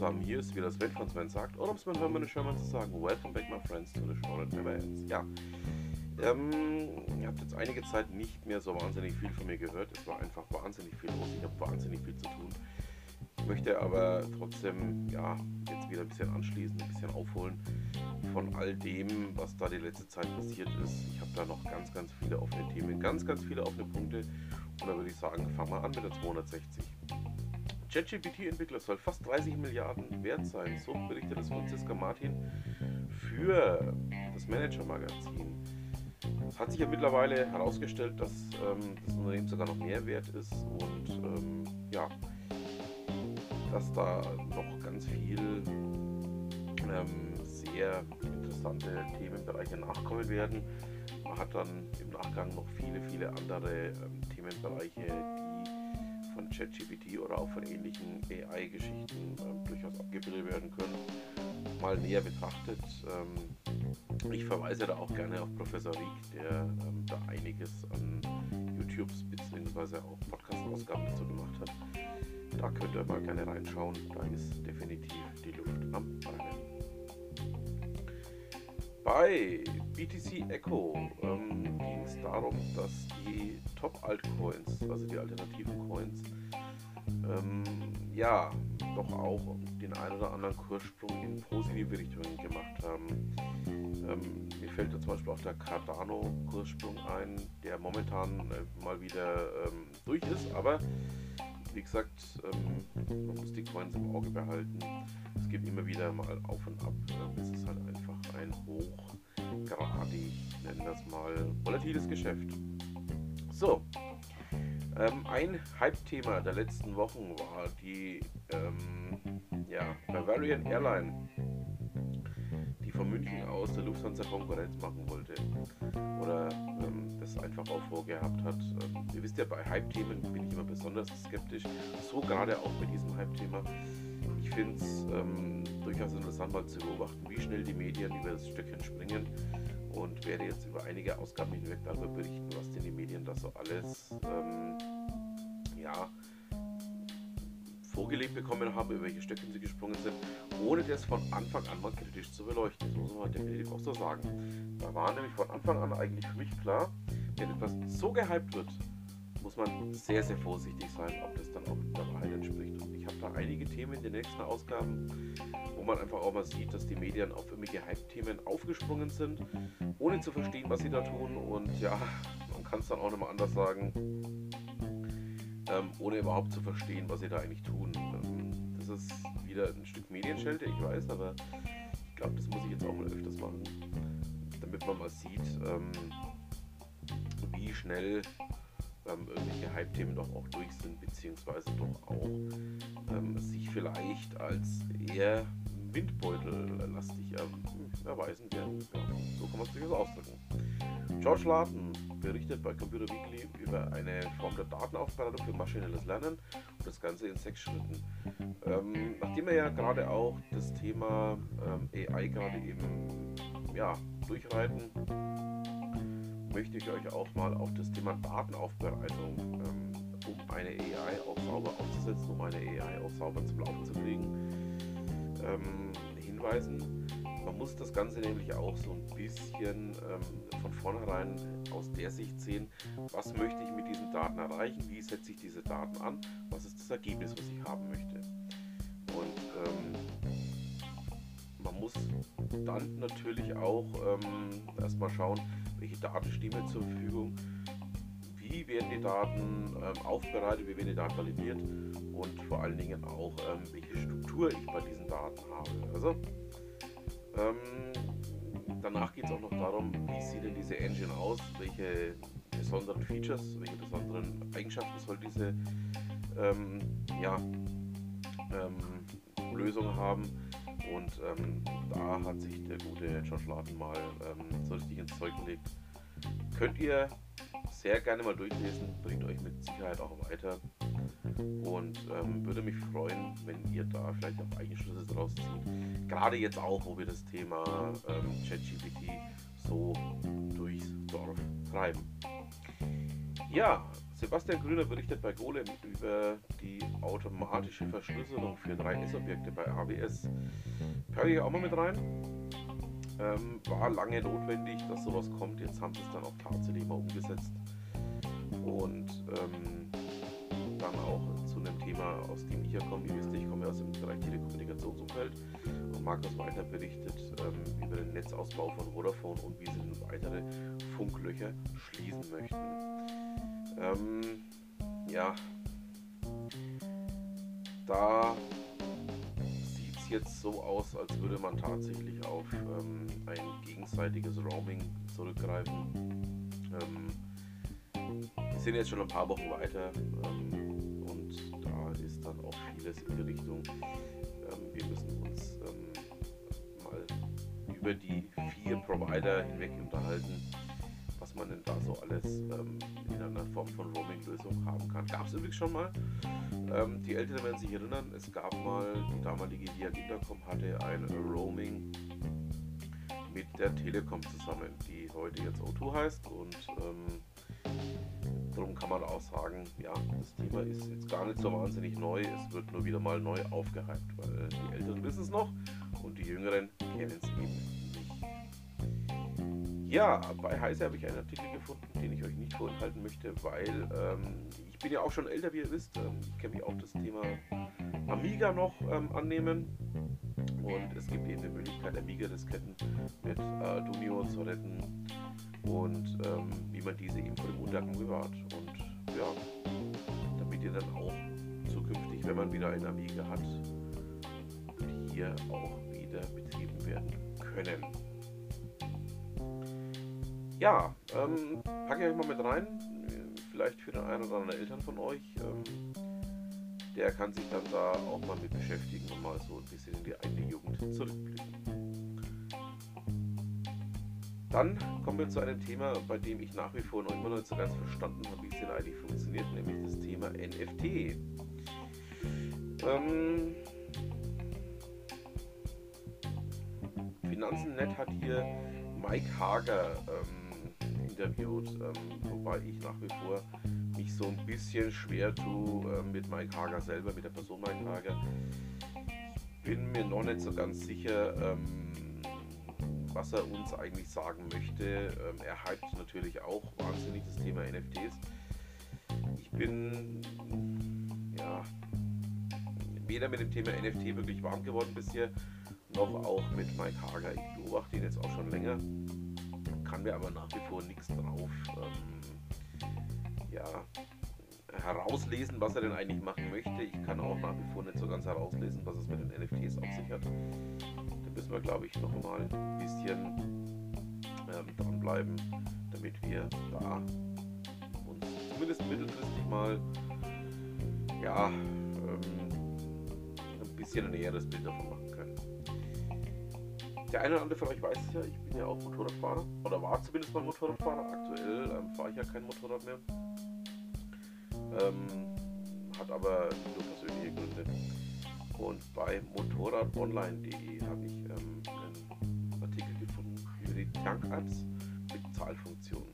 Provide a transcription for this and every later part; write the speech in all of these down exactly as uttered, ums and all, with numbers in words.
zusammen, hier ist wieder Sven von Sven sagt, oder um es mal Hermann und Sherman zu sagen, welcome back my friends to the show that never ends. Ja, ähm, ihr habt jetzt einige Zeit nicht mehr so wahnsinnig viel von mir gehört, es war einfach wahnsinnig viel los, ich habe wahnsinnig viel zu tun. Ich möchte aber trotzdem, ja, jetzt wieder ein bisschen anschließen, ein bisschen aufholen von all dem, was da die letzte Zeit passiert ist. Ich habe da noch ganz, ganz viele offene Themen, ganz, ganz viele offene Punkte und da würde ich sagen, fangen wir an mit der zweihundertsechzig. ChatGPT-Entwickler soll fast dreißig Milliarden wert sein, so berichtet es Franziska Martin für das Manager-Magazin. Es hat sich ja mittlerweile herausgestellt, dass ähm, das Unternehmen sogar noch mehr wert ist und ähm, ja, dass da noch ganz viel ähm, sehr interessante Themenbereiche nachkommen werden. Man hat dann im Nachgang noch viele, viele andere ähm, Themenbereiche, die von ChatGPT oder auch von ähnlichen A I-Geschichten ähm, durchaus abgebildet werden können, mal näher betrachtet. Ähm, ich verweise da auch gerne auf Professor Rieck, der ähm, da einiges an YouTubes bzw. auch Podcast-Ausgaben dazu gemacht hat. Da könnt ihr mal gerne reinschauen, da ist definitiv die Luft am Brennen. Bei B T C Echo ähm, ging es darum, dass die Top-Altcoins, also die alternativen Coins, ähm, ja, doch auch den einen oder anderen Kurssprung in positive Richtungen gemacht haben. Ähm, mir fällt da zum Beispiel auch der Cardano-Kurssprung ein, der momentan äh, mal wieder ähm, durch ist, aber wie gesagt, ähm, man muss die Coins im Auge behalten. Es gibt immer wieder mal auf und ab. Ähm, es ist halt einfach ein hochgradig, nennen wir es mal, volatiles Geschäft. So, ähm, ein Hype-Thema der letzten Wochen war die ähm, ja, Bavarian Airline, die von München aus der Lufthansa Konkurrenz machen wollte oder ähm, das einfach auch vorgehabt hat. Ähm, ihr wisst ja, bei Hype-Themen bin ich immer besonders skeptisch, so gerade auch bei diesem Hype-Thema. Ich finde es ähm, durchaus interessant mal zu beobachten, wie schnell die Medien über das Stöckchen springen und werde jetzt über einige Ausgaben hinweg darüber berichten, was denn die Medien da so alles ähm, ja, vorgelegt bekommen haben, über welche Stöckchen sie gesprungen sind, ohne das von Anfang an mal kritisch zu beleuchten. Das muss man definitiv auch so sagen. Da war nämlich von Anfang an eigentlich für mich klar, wenn etwas so gehypt wird, muss man sehr, sehr vorsichtig sein, ob das dann auch der Wahrheit entspricht. Und ich habe da einige Themen in den nächsten Ausgaben, wo man einfach auch mal sieht, dass die Medien auf irgendwelche Hype-Themen aufgesprungen sind, ohne zu verstehen, was sie da tun. Und ja, man kann es dann auch nicht mal anders sagen, ähm, ohne überhaupt zu verstehen, was sie da eigentlich tun. Ähm, das ist wieder ein Stück Medienschelte, ich weiß, aber ich glaube, das muss ich jetzt auch mal öfters machen, damit man mal sieht, ähm, wie schnell ähm, irgendwelche Hype-Themen doch auch durch sind, beziehungsweise doch auch ähm, sich vielleicht als eher Windbeutel-lastig ähm, erweisen werden. Ja, so kann man es durchaus ausdrücken. George Layton berichtet bei Computer Weekly über eine Form der Datenaufbereitung für maschinelles Lernen und das Ganze in sechs Schritten. Ähm, nachdem wir ja gerade auch das Thema ähm, A I gerade eben ja, durchreiten, möchte ich euch auch mal auf das Thema Datenaufbereitung, ähm, um eine A I auch sauber aufzusetzen, um eine A I auch sauber zum Laufen zu kriegen, ähm, hinweisen. Man muss das Ganze nämlich auch so ein bisschen ähm, von vornherein aus der Sicht sehen, was möchte ich mit diesen Daten erreichen, wie setze ich diese Daten an, was ist das Ergebnis, was ich haben möchte. Und ähm, man muss dann natürlich auch ähm, erstmal schauen, welche Daten stehen mir zur Verfügung, wie werden die Daten ähm, aufbereitet, wie werden die Daten validiert und vor allen Dingen auch, ähm, welche Struktur ich bei diesen Daten habe. Also ähm, danach geht es auch noch darum, wie sieht denn diese Engine aus, welche besonderen Features, welche besonderen Eigenschaften soll diese ähm, ja, ähm, Lösung haben. Und ähm, da hat sich der gute George Layton mal ähm, so richtig ins Zeug gelegt. Könnt ihr sehr gerne mal durchlesen, bringt euch mit Sicherheit auch weiter. Und ähm, würde mich freuen, wenn ihr da vielleicht auch eigene Schlüsse draus zieht. Gerade jetzt auch, wo wir das Thema ähm, ChatGPT so durchs Dorf treiben. Ja, Sebastian Grüner berichtet bei Golem über die automatische Verschlüsselung für drei S-Objekte bei A W S. Packe ich auch mal mit rein. Ähm, war lange notwendig, dass sowas kommt. Jetzt haben sie es dann auch tatsächlich mal umgesetzt. Und ähm, dann auch zu einem Thema, aus dem ich ja komme. Ihr wisst, ich komme aus dem Bereich Telekommunikationsumfeld. Und Markus weiter berichtet ähm, über den Netzausbau von Vodafone und wie sie denn weitere Funklöcher schließen möchten. Ähm, ja, da sieht es jetzt so aus, als würde man tatsächlich auf ähm, ein gegenseitiges Roaming zurückgreifen. Ähm, wir sind jetzt schon ein paar Wochen weiter ähm, und da ist dann auch vieles in die Richtung, ähm, wir müssen uns ähm, mal über die vier Provider hinweg unterhalten, was man denn da so alles ähm, in einer Form von Roaming-Lösung haben kann. Gab es übrigens schon mal. Ähm, die Älteren werden sich erinnern, es gab mal, die damalige Via Intercom hatte ein Roaming mit der Telekom zusammen, die heute jetzt O zwei heißt, und ähm, darum kann man auch sagen, ja, das Thema ist jetzt gar nicht so wahnsinnig neu, es wird nur wieder mal neu aufgehypt, weil die Älteren wissen es noch und die Jüngeren kennen es eben nicht. Ja, bei Heise habe ich einen Artikel gefunden, den ich euch nicht vorenthalten möchte, weil ähm, ich bin ja auch schon älter, wie ihr wisst. Ähm, ich kann mich auch das Thema Amiga noch ähm, annehmen. Und es gibt eben die Möglichkeit, Amiga-Disketten mit Arduino zu retten und ähm, wie man diese eben vor dem Untergang bewahrt. Und ja, damit ihr dann auch zukünftig, wenn man wieder ein Amiga hat, hier auch wieder betrieben werden können. Ja, ähm, packe ich euch mal mit rein, vielleicht für den einen oder anderen Eltern von euch, ähm, der kann sich dann da auch mal mit beschäftigen und mal so ein bisschen in die eigene Jugend zurückblicken. Dann kommen wir zu einem Thema, bei dem ich nach wie vor noch immer noch nicht so ganz verstanden habe, wie es denn eigentlich funktioniert, nämlich das Thema N F T. Ähm, Finanzen.net hat hier Mike Hager ähm, interviewt, ähm, wobei ich nach wie vor mich so ein bisschen schwer tue äh, mit Mike Hager selber, mit der Person Mike Hager. Ich bin mir noch nicht so ganz sicher, ähm, was er uns eigentlich sagen möchte. Ähm, er hypt natürlich auch wahnsinnig das Thema N F Ts. Ich bin ja weder mit dem Thema N F T wirklich warm geworden bisher, noch auch mit Mike Hager. Ich beobachte ihn jetzt auch schon länger, kann mir aber nach wie vor nichts drauf ähm, ja, herauslesen, was er denn eigentlich machen möchte. Ich kann auch nach wie vor nicht so ganz herauslesen, was es mit den N F Ts auf sich hat. Da müssen wir, glaube ich, noch mal ein bisschen ähm, dranbleiben, damit wir da uns zumindest mittelfristig mal ja, ähm, ein bisschen ein näheres Bild davon machen können. Der eine oder andere von euch weiß es ja, ich bin ja auch Motorradfahrer, oder war zumindest mal Motorradfahrer. Aktuell ähm, fahre ich ja kein Motorrad mehr. Ähm, hat aber nur persönliche Gründe. Und bei motorradonline punkt de habe ich ähm, einen Artikel gefunden über die Tank-Apps mit Zahlfunktionen.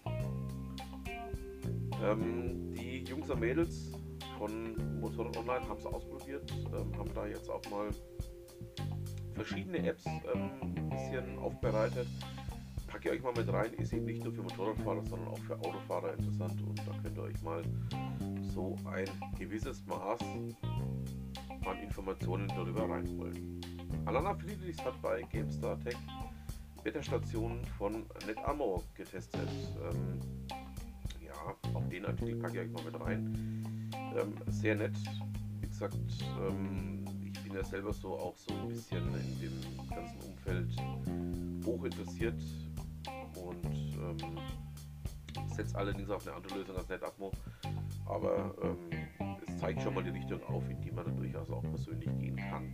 Ähm, die Jungs und Mädels von Motorrad Online haben es ausprobiert, ähm, haben da jetzt auch mal verschiedene Apps ähm, ein bisschen aufbereitet. Packe ich euch mal mit rein, ist eben nicht nur für Motorradfahrer, sondern auch für Autofahrer interessant, und da könnt ihr euch mal so ein gewisses Maß an Informationen darüber reinholen. Alana Friedrichs hat bei GameStar Tech Wetterstationen von NetAmmo getestet. Ähm, ja, auch den Artikel packe ich euch mal mit rein. Ähm, sehr nett, wie gesagt, ähm, ich bin ja selber so auch so ein bisschen in dem ganzen Umfeld hoch interessiert und ähm, setze allerdings auf eine andere Lösung als NetAtmo, aber ähm, es zeigt schon mal die Richtung auf, in die man dann durchaus auch persönlich gehen kann.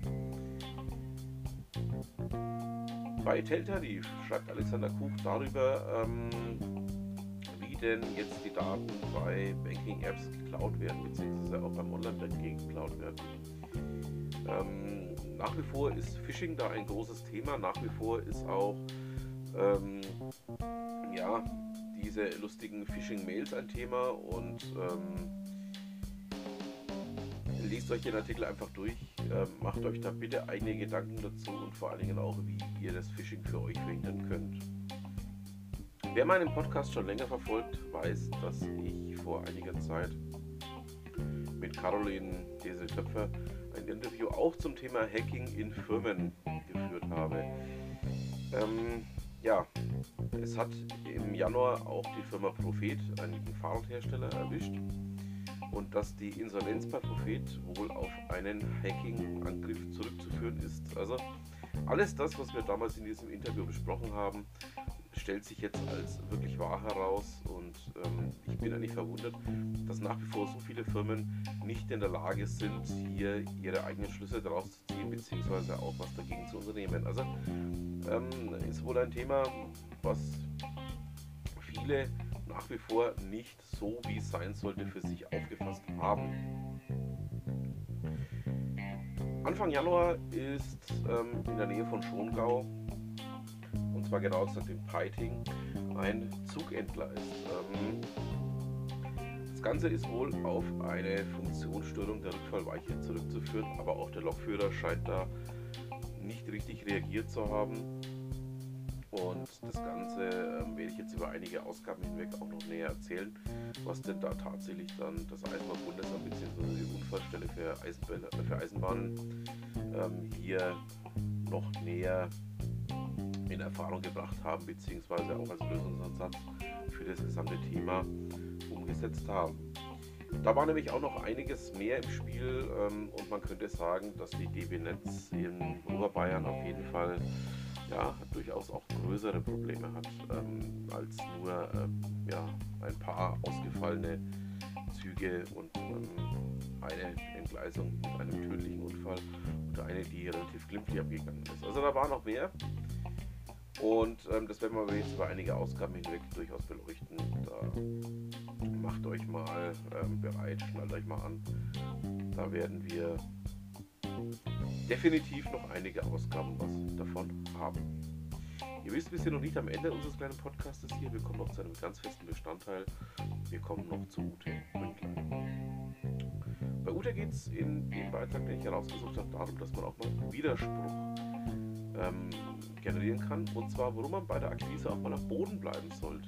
Bei Teltarif schreibt Alexander Kuch darüber, ähm, wie denn jetzt die Daten bei Banking-Apps geklaut werden, beziehungsweise auch beim Online-Banking geklaut werden. Ähm, nach wie vor ist Phishing da ein großes Thema, nach wie vor ist auch ähm, ja, diese lustigen Phishing-Mails ein Thema und ähm, lest euch den Artikel einfach durch, ähm, macht euch da bitte eigene Gedanken dazu und vor allen Dingen auch, wie ihr das Phishing für euch verhindern könnt. Wer meinen Podcast schon länger verfolgt, weiß, dass ich vor einiger Zeit mit Caroline Desel-Töpfer ein Interview auch zum Thema Hacking in Firmen geführt habe. Ähm, ja, es hat im Januar auch die Firma Prophet, einen Fahrradhersteller, erwischt. Und dass die Insolvenz bei Prophet wohl auf einen Hacking-Angriff zurückzuführen ist. Also alles das, was wir damals in diesem Interview besprochen haben, stellt sich jetzt als wirklich wahr heraus. Und ähm, ich bin eigentlich verwundert, dass nach wie vor so viele Firmen nicht in der Lage sind, hier ihre eigenen Schlüsse daraus zu ziehen, beziehungsweise auch was dagegen zu unternehmen. Also ähm, ist wohl ein Thema, was viele nach wie vor nicht so, wie es sein sollte, für sich aufgefasst haben. Anfang Januar ist ähm, in der Nähe von Schongau, und zwar genau gesagt in Peiting, ein Zug entgleist. Ähm, das Ganze ist wohl auf eine Funktionsstörung der Rückfallweiche zurückzuführen, aber auch der Lokführer scheint da nicht richtig reagiert zu haben. Und das Ganze ähm, werde ich jetzt über einige Ausgaben hinweg auch noch näher erzählen, was denn da tatsächlich dann das Eisenbahnbundesamt bzw. die Unfallstelle für, Eisenbahn, äh, für Eisenbahnen ähm, hier noch näher in Erfahrung gebracht haben, beziehungsweise auch als Lösungsansatz für das gesamte Thema umgesetzt haben. Da war nämlich auch noch einiges mehr im Spiel ähm, und man könnte sagen, dass die D B Netz in Oberbayern auf jeden Fall ja, durchaus auch größere Probleme hat, ähm, als nur ähm, ja, ein paar ausgefallene Züge und ähm, eine Entgleisung mit einem tödlichen Unfall und eine, die relativ glimpflich abgegangen ist. Also da war noch mehr und ähm, das werden wir jetzt über einige Ausgaben hinweg durchaus beleuchten. Da macht euch mal ähm, bereit, schnallt euch mal an. Da werden wir definitiv noch einige Ausgaben was davon haben. Ihr wisst, wir sind noch nicht am Ende unseres kleinen Podcastes hier. Wir kommen noch zu einem ganz festen Bestandteil. Wir kommen noch zu Ute Mündlein. Bei Ute geht es in dem Beitrag, den ich herausgesucht habe, darum, dass man auch mal Widerspruch ähm, generieren kann. Und zwar, warum man bei der Akquise auch mal am Boden bleiben sollte.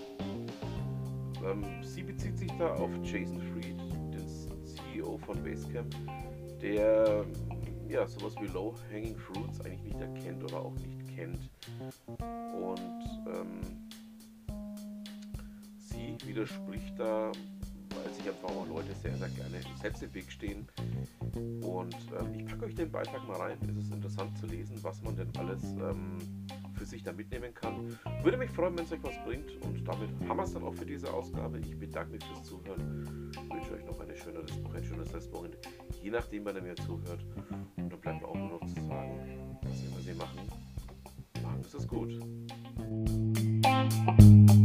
Ähm, sie bezieht sich da auf Jason Fried, den C E O von Basecamp, der ja, sowas wie Low-Hanging Fruits eigentlich nicht erkennt oder auch nicht kennt. Und ähm, sie widerspricht da, weil sich einfach auch Leute sehr, sehr gerne selbst im Weg stehen. Und ähm, ich packe euch den Beitrag mal rein. Es ist interessant zu lesen, was man denn alles ähm, für sich da mitnehmen kann. Würde mich freuen, wenn es euch was bringt. Und damit haben wir es dann auch für diese Ausgabe. Ich bedanke mich fürs Zuhören. Ich wünsche euch noch eine schöne Restwoche, ein schönes Restwochenende. Je nachdem, wann ihr mir zuhört. Und dann bleibt auch nur noch zu sagen, was immer Sie machen, machen Sie es gut.